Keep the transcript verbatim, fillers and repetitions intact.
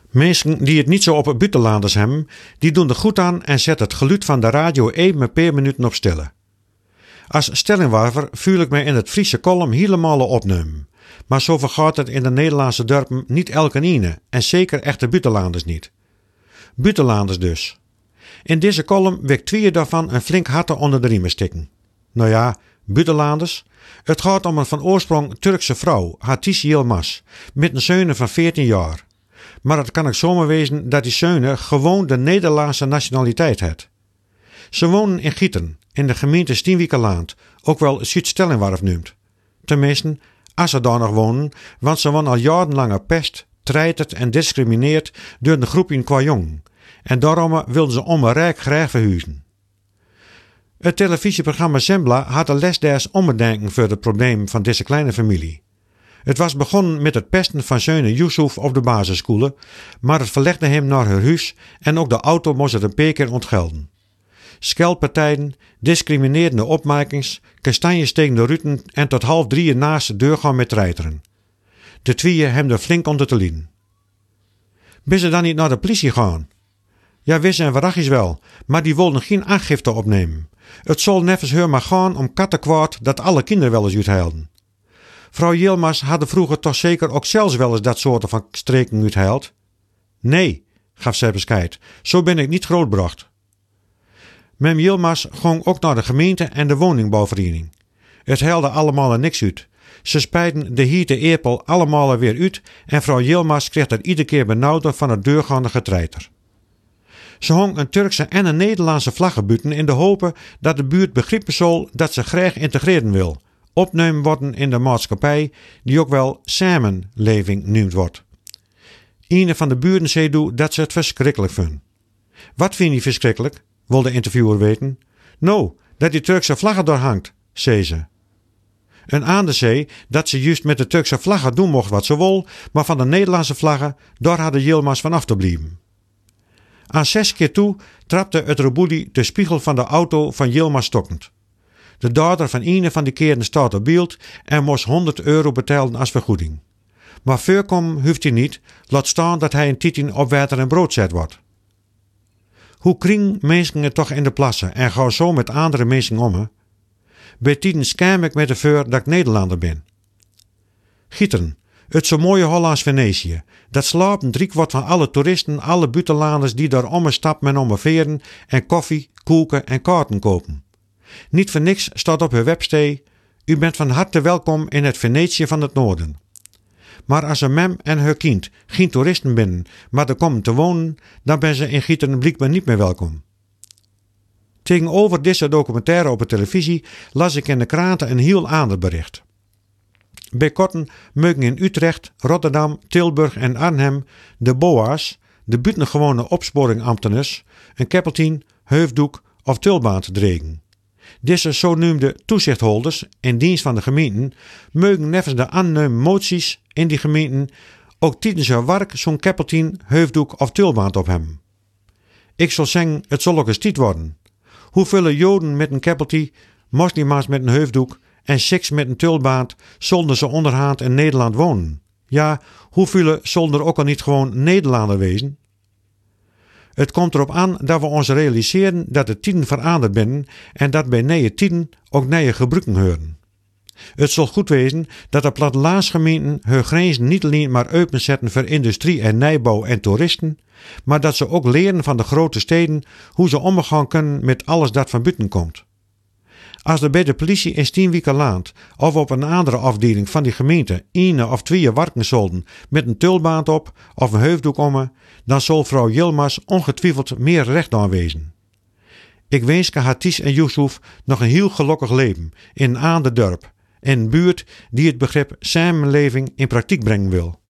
Mensen die het niet zo op het buitenlanders hebben, die doen er goed aan en zetten het geluid van de radio even per minuten op stille. Als stellingwerver voel ik mij in het Friese kolom helemaal opnemen. Maar zo vergaat het in de Nederlandse dorpen niet elke ene en zeker echte buitenlanders niet. Buitenlanders dus. In deze kolom wil twee daarvan een flink harte onder de riemen stikken. Nou ja, buitenlanders. Het gaat om een van oorsprong Turkse vrouw, Hatice Yilmaz, met een zoon van veertien jaar. Maar het kan ook zomaar wezen dat die zoon gewoon de Nederlandse nationaliteit heeft. Ze wonen in Gieten, in de gemeente Stienwiekerland, ook wel Zuid-Stellingwarf noemt. Tenminste, als ze daar nog wonen, want ze worden al jarenlang gepest, treiterd en discrimineerd door de groep in Kwajong. En daarom wilden ze om een rijk graag verhuizen. Het televisieprogramma Zembla had de lesders ombedenken voor het probleem van deze kleine familie. Het was begonnen met het pesten van zoon Yusuf op de basisscholen, maar het verlegde hem naar haar huis en ook de auto moest het een paar keer ontgelden. Scheldpartijen, discriminerende opmerkings, kastanjes tegen de ruten en tot half drieën naast de deur gaan met treiteren. De tweeën hem er flink onder te lien. Ben ze dan niet naar de politie gaan? Ja, wist en verrachjes wel, maar die wilden geen aangifte opnemen. Het zal neffens haar maar gaan om kattenkwaad dat alle kinderen wel eens uitheilden. Vrouw Yilmaz hadden vroeger toch zeker ook zelfs wel eens dat soort van streken uitheild? Nee, gaf zij bescheid, zo ben ik niet grootbracht. Mem Yilmaz ging ook naar de gemeente en de woningbouwvereniging. Het heilde allemaal er niks uit. Ze spijten de hiete eerpel allemaal weer uit en vrouw Yilmaz kreeg er iedere keer benauwder van het deurgaande getreiter. Ze hong een Turkse en een Nederlandse vlaggen buiten in de hoop dat de buurt begrijpen zal dat ze graag integreren wil, opnemen worden in de maatschappij die ook wel samenleving genoemd wordt. Een van de buren zei dat ze het verschrikkelijk vinden. Wat vind je verschrikkelijk? Wil de interviewer weten. Nou, dat die Turkse vlaggen daar hangt, zei ze. Een ander zei dat ze juist met de Turkse vlaggen doen mocht wat ze wil, maar van de Nederlandse vlaggen, daar hadden Yilmaz van af te blijven. Aan zes keer toe trapte het reboelie de spiegel van de auto van Yilmaz stokkend. De dader van een van die keren staat op beeld en moest honderd euro betalen als vergoeding. Maar voorkomen hoeft hij niet, laat staan dat hij een titel op water en brood zet wordt. Hoe kring mensen het toch in de plassen en gaan zo met andere mensen om? He? Bij tijden schaam ik met de voor dat ik Nederlander ben. Gieten, het zo mooie Hollands Venetië, dat slapen driekwart van alle toeristen, alle buitenlanders die daar om een stap en om een veren en koffie, koeken en kaarten kopen. Niet voor niks staat op hun website: u bent van harte welkom in het Venetië van het noorden. Maar als een mem en haar kind geen toeristen binnen, maar er komen te wonen, dan ben ze in Gieten blijkbaar niet meer welkom. Tegenover deze documentaire op de televisie las ik in de kranten een heel ander bericht. Bij korten meuken in Utrecht, Rotterdam, Tilburg en Arnhem de B O A's, de buitengewone opsporingambtenars, een keppeltien, heufdoek of tulbaan dregen. Deze zogenoemde toezichthouders in dienst van de gemeenten meugen nevens de aannemen moties in die gemeenten ook tijdens hun werk zo'n keppeltien, heufdoek of tulbaan op hebben. Ik zal zeggen, het zal ook eens tijd worden. Hoeveel Joden met een keppeltie, moslima's met een heufdoek en Sikhs met een tulbaan zullen ze onderhand in Nederland wonen? Ja, hoeveel zullen er ook al niet gewoon Nederlander wezen? Het komt erop aan dat we ons realiseren dat de tijden veranderd zijn en dat bij nieuwe tijden ook nieuwe gebruiken horen. Het zal goed wezen dat de plattelandsgemeenten hun grenzen niet alleen maar openzetten voor industrie en nijbouw en toeristen, maar dat ze ook leren van de grote steden hoe ze omgaan kunnen met alles dat van buiten komt. Als er bij de politie in Stienwiekerland of op een andere afdeling van die gemeente ene of twee werken zullen met een tulbaan op of een heufdoek om, dan zal vrouw Yilmaz ongetwijfeld meer recht aanwezen. Ik wens Hatice en Yusuf nog een heel gelukkig leven in een ander dorp, in een buurt die het begrip samenleving in praktijk brengen wil.